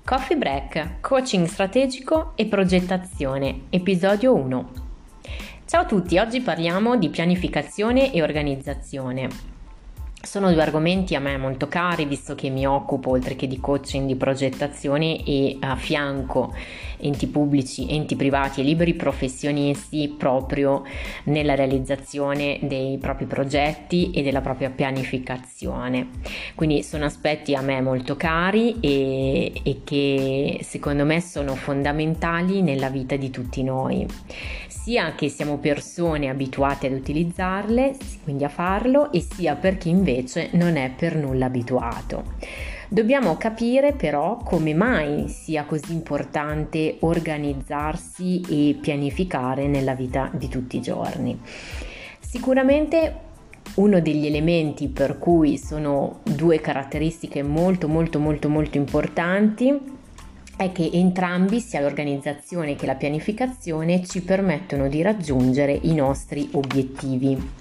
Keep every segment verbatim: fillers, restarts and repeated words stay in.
Coffee Break, coaching strategico e progettazione, episodio uno. Ciao a tutti, oggi parliamo di pianificazione e organizzazione. Sono due argomenti a me molto cari, visto che mi occupo oltre che di coaching, di progettazione e a fianco enti pubblici, enti privati e liberi professionisti proprio nella realizzazione dei propri progetti e della propria pianificazione. Quindi sono aspetti a me molto cari e, e che secondo me sono fondamentali nella vita di tutti noi, sia che siamo persone abituate ad utilizzarle, quindi a farlo, e sia per chi invece non è per nulla abituato. Dobbiamo capire però come mai sia così importante organizzarsi e pianificare nella vita di tutti i giorni. Sicuramente uno degli elementi per cui sono due caratteristiche molto molto molto molto importanti è che entrambi, sia l'organizzazione che la pianificazione, ci permettono di raggiungere i nostri obiettivi.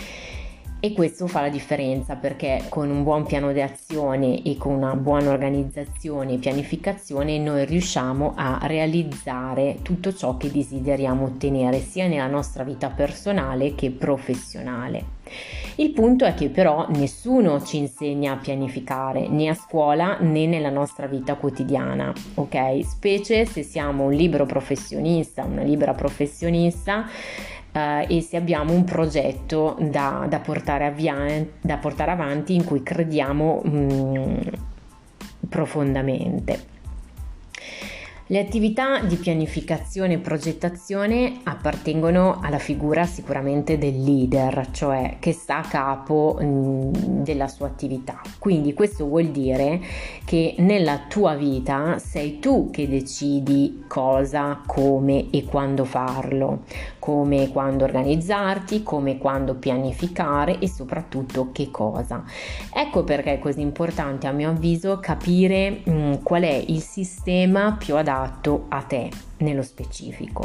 E questo fa la differenza, perché con un buon piano di azione e con una buona organizzazione e pianificazione noi riusciamo a realizzare tutto ciò che desideriamo ottenere sia nella nostra vita personale che professionale. Il punto è che però nessuno ci insegna a pianificare, né a scuola né nella nostra vita quotidiana, ok? Specie se siamo un libero professionista, una libera professionista, Uh, e se abbiamo un progetto da, da, portare avvia- da portare avanti in cui crediamo um, profondamente. Le attività di pianificazione e progettazione appartengono alla figura sicuramente del leader, cioè che sta a capo mh, della sua attività. Quindi questo vuol dire che nella tua vita sei tu che decidi cosa, come e quando farlo, come e quando organizzarti, come e quando pianificare e soprattutto che cosa. Ecco perché è così importante, a mio avviso, capire mh, qual è il sistema più adatto a te nello specifico.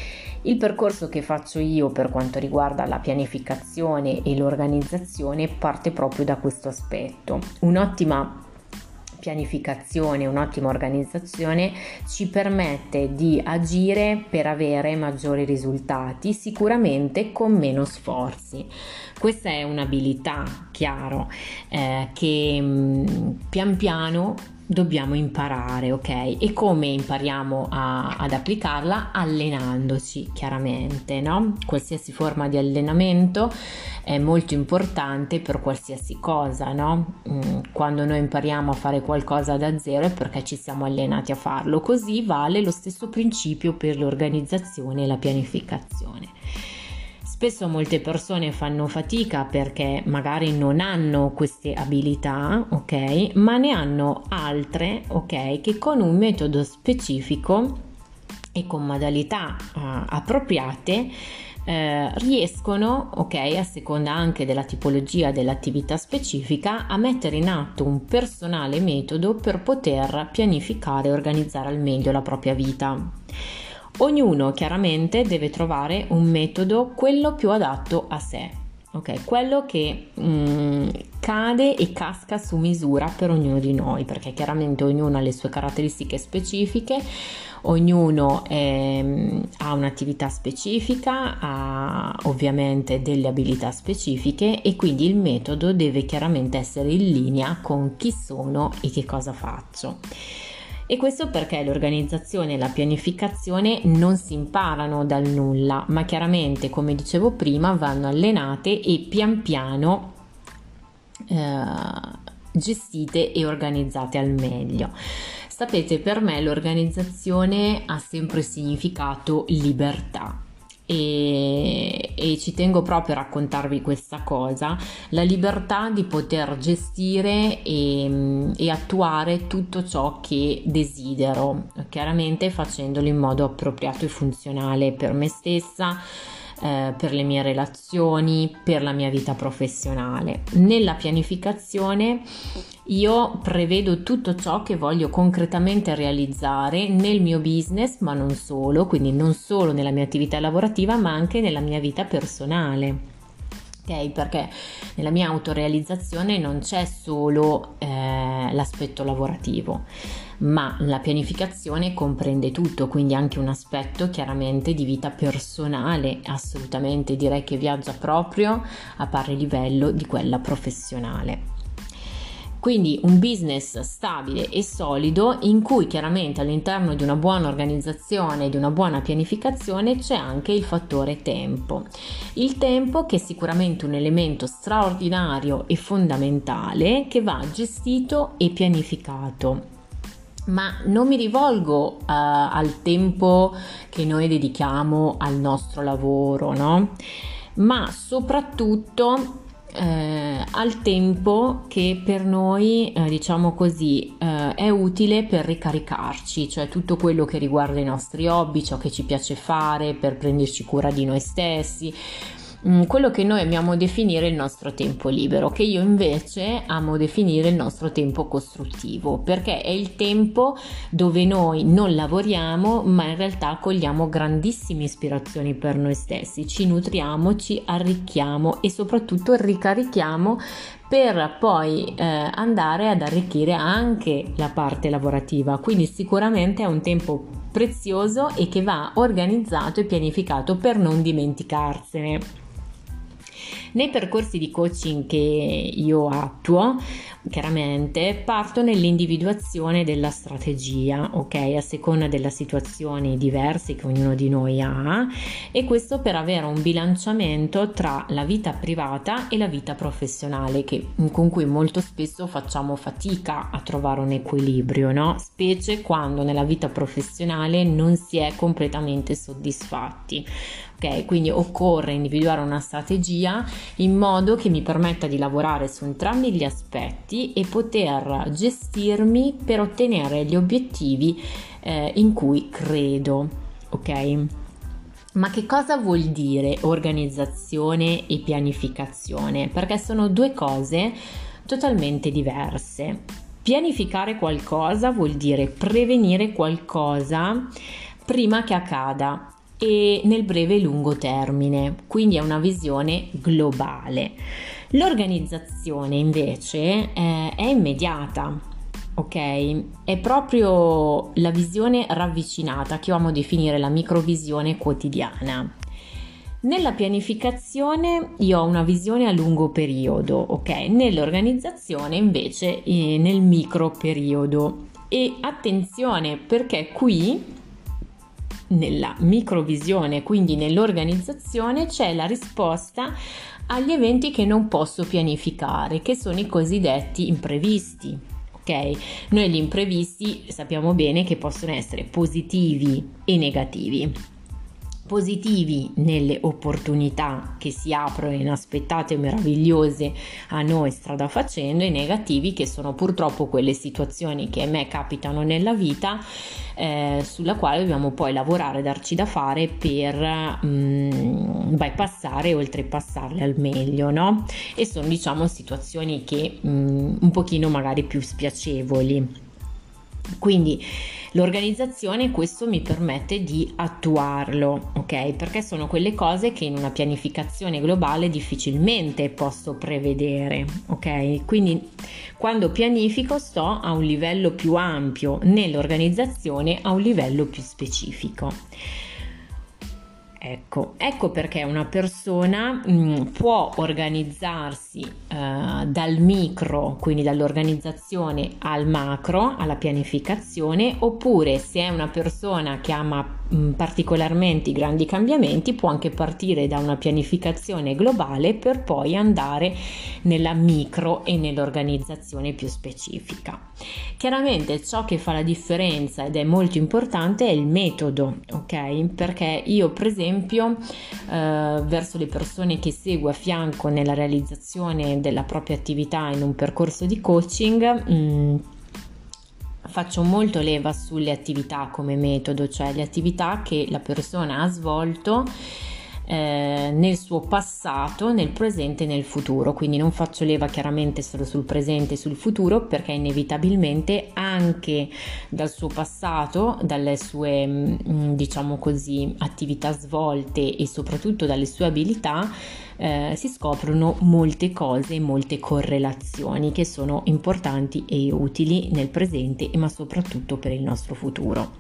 Il percorso che faccio io per quanto riguarda la pianificazione e l'organizzazione parte proprio da questo aspetto. Un'ottima pianificazione, un'ottima organizzazione ci permette di agire per avere maggiori risultati, sicuramente con meno sforzi. Questa è un'abilità, chiaro, eh, che mh, pian piano dobbiamo imparare, ok? E come impariamo a, ad applicarla? Allenandoci, chiaramente, no? Qualsiasi forma di allenamento è molto importante per qualsiasi cosa, no? Quando noi impariamo a fare qualcosa da zero è perché ci siamo allenati a farlo. Così vale lo stesso principio per l'organizzazione e la pianificazione. Spesso molte persone fanno fatica perché magari non hanno queste abilità, ok? Ma ne hanno altre, ok? Che con un metodo specifico e con modalità uh, appropriate eh, riescono, ok, a seconda anche della tipologia dell'attività specifica, a mettere in atto un personale metodo per poter pianificare e organizzare al meglio la propria vita. Ognuno chiaramente deve trovare un metodo, quello più adatto a sé, ok? Quello che mh, cade e casca su misura per ognuno di noi, perché chiaramente ognuno ha le sue caratteristiche specifiche, ognuno è, ha un'attività specifica, ha ovviamente delle abilità specifiche e quindi il metodo deve chiaramente essere in linea con chi sono e che cosa faccio. E questo perché l'organizzazione e la pianificazione non si imparano dal nulla, ma chiaramente, come dicevo prima, vanno allenate e pian piano eh, gestite e organizzate al meglio. Sapete, per me l'organizzazione ha sempre significato libertà. E, e ci tengo proprio a raccontarvi questa cosa, la libertà di poter gestire e, e attuare tutto ciò che desidero, chiaramente facendolo in modo appropriato e funzionale per me stessa, eh, per le mie relazioni, per la mia vita professionale. Nella pianificazione io prevedo tutto ciò che voglio concretamente realizzare nel mio business, ma non solo, quindi non solo nella mia attività lavorativa, ma anche nella mia vita personale. Ok, perché nella mia autorealizzazione non c'è solo eh, l'aspetto lavorativo, ma la pianificazione comprende tutto, quindi anche un aspetto chiaramente di vita personale, assolutamente direi che viaggia proprio a pari livello di quella professionale. Quindi un business stabile e solido in cui chiaramente all'interno di una buona organizzazione, di una buona pianificazione c'è anche il fattore tempo. Il tempo che è sicuramente un elemento straordinario e fondamentale che va gestito e pianificato. Ma non mi rivolgo uh, al tempo che noi dedichiamo al nostro lavoro, no? Ma soprattutto Eh, al tempo che per noi, eh, diciamo così, eh, è utile per ricaricarci, cioè tutto quello che riguarda i nostri hobby, ciò che ci piace fare per prenderci cura di noi stessi, quello che noi amiamo definire il nostro tempo libero, che io invece amo definire il nostro tempo costruttivo, perché è il tempo dove noi non lavoriamo ma in realtà cogliamo grandissime ispirazioni per noi stessi, ci nutriamo, ci arricchiamo e soprattutto ricarichiamo per poi eh, andare ad arricchire anche la parte lavorativa. Quindi sicuramente è un tempo prezioso e che va organizzato e pianificato per non dimenticarsene. Nei percorsi di coaching che io attuo, chiaramente parto nell'individuazione della strategia, ok, a seconda delle situazioni diverse che ognuno di noi ha, e questo per avere un bilanciamento tra la vita privata e la vita professionale, che, con cui molto spesso facciamo fatica a trovare un equilibrio, no? Specie quando nella vita professionale non si è completamente soddisfatti. Ok, quindi occorre individuare una strategia in modo che mi permetta di lavorare su entrambi gli aspetti e poter gestirmi per ottenere gli obiettivi eh, in cui credo, ok? Ma che cosa vuol dire organizzazione e pianificazione? Perché sono due cose totalmente diverse. Pianificare qualcosa vuol dire prevenire qualcosa prima che accada e nel breve e lungo termine, quindi è una visione globale. L'organizzazione invece eh, è immediata, ok? È proprio la visione ravvicinata che io amo definire la microvisione quotidiana. Nella pianificazione io ho una visione a lungo periodo, ok? Nell'organizzazione invece eh, nel micro periodo. E attenzione, perché qui nella microvisione, quindi nell'organizzazione, c'è la risposta agli eventi che non posso pianificare, che sono i cosiddetti imprevisti. Ok? Noi gli imprevisti sappiamo bene che possono essere positivi e negativi. Positivi nelle opportunità che si aprono inaspettate e meravigliose a noi strada facendo, e negativi che sono purtroppo quelle situazioni che a me capitano nella vita eh, sulla quale dobbiamo poi lavorare, darci da fare per mh, bypassare e oltrepassarle al meglio, no? E sono, diciamo, situazioni che mh, un pochino magari più spiacevoli. Quindi l'organizzazione questo mi permette di attuarlo, ok? Perché sono quelle cose che in una pianificazione globale difficilmente posso prevedere, ok? Quindi quando pianifico sto a un livello più ampio, nell'organizzazione a un livello più specifico. Ecco, ecco perché una persona mh, può organizzarsi eh, dal micro, quindi dall'organizzazione al macro, alla pianificazione, oppure se è una persona che ama mh, particolarmente i grandi cambiamenti, può anche partire da una pianificazione globale per poi andare nella micro e nell'organizzazione più specifica. Chiaramente ciò che fa la differenza ed è molto importante è il metodo, ok? Perché io per esempio esempio eh, verso le persone che seguo a fianco nella realizzazione della propria attività in un percorso di coaching mh, faccio molto leva sulle attività come metodo, cioè le attività che la persona ha svolto eh, nel suo passato, nel presente e nel futuro. Quindi non faccio leva chiaramente solo sul presente e sul futuro, perché inevitabilmente anche dal suo passato, dalle sue mh, diciamo così attività svolte e soprattutto dalle sue abilità eh, si scoprono molte cose, molte correlazioni che sono importanti e utili nel presente, ma soprattutto per il nostro futuro.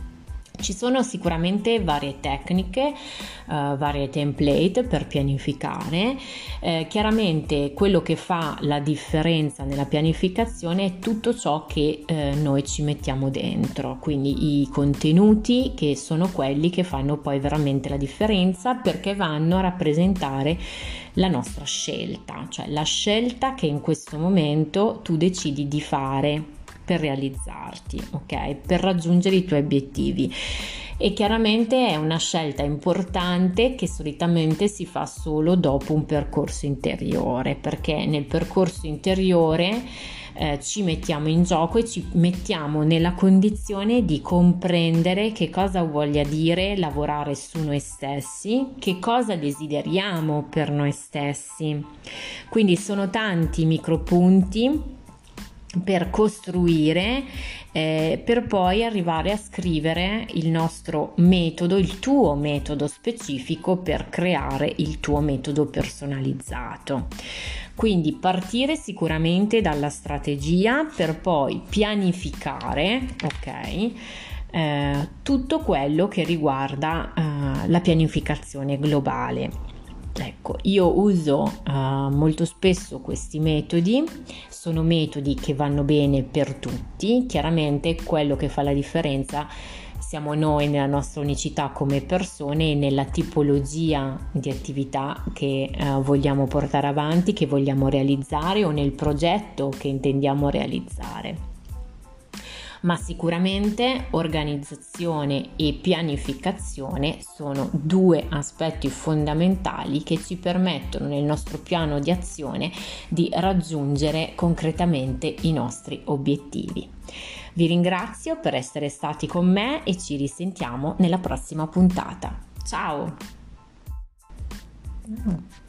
Ci sono sicuramente varie tecniche, uh, varie template per pianificare. Eh, chiaramente quello che fa la differenza nella pianificazione è tutto ciò che eh, noi ci mettiamo dentro, quindi i contenuti, che sono quelli che fanno poi veramente la differenza, perché vanno a rappresentare la nostra scelta, cioè la scelta che in questo momento tu decidi di fare per realizzarti, ok? Per raggiungere i tuoi obiettivi. E chiaramente è una scelta importante che solitamente si fa solo dopo un percorso interiore, perché nel percorso interiore eh, ci mettiamo in gioco e ci mettiamo nella condizione di comprendere che cosa voglia dire lavorare su noi stessi, che cosa desideriamo per noi stessi. Quindi sono tanti micropunti per costruire, eh, per poi arrivare a scrivere il nostro metodo, il tuo metodo specifico per creare il tuo metodo personalizzato. Quindi partire sicuramente dalla strategia per poi pianificare, ok? Eh, tutto quello che riguarda eh, la pianificazione globale. Ecco, io uso uh, molto spesso questi metodi, sono metodi che vanno bene per tutti. Chiaramente quello che fa la differenza siamo noi nella nostra unicità come persone e nella tipologia di attività che uh, vogliamo portare avanti, che vogliamo realizzare, o nel progetto che intendiamo realizzare. Ma sicuramente organizzazione e pianificazione sono due aspetti fondamentali che ci permettono nel nostro piano di azione di raggiungere concretamente i nostri obiettivi. Vi ringrazio per essere stati con me e ci risentiamo nella prossima puntata. Ciao!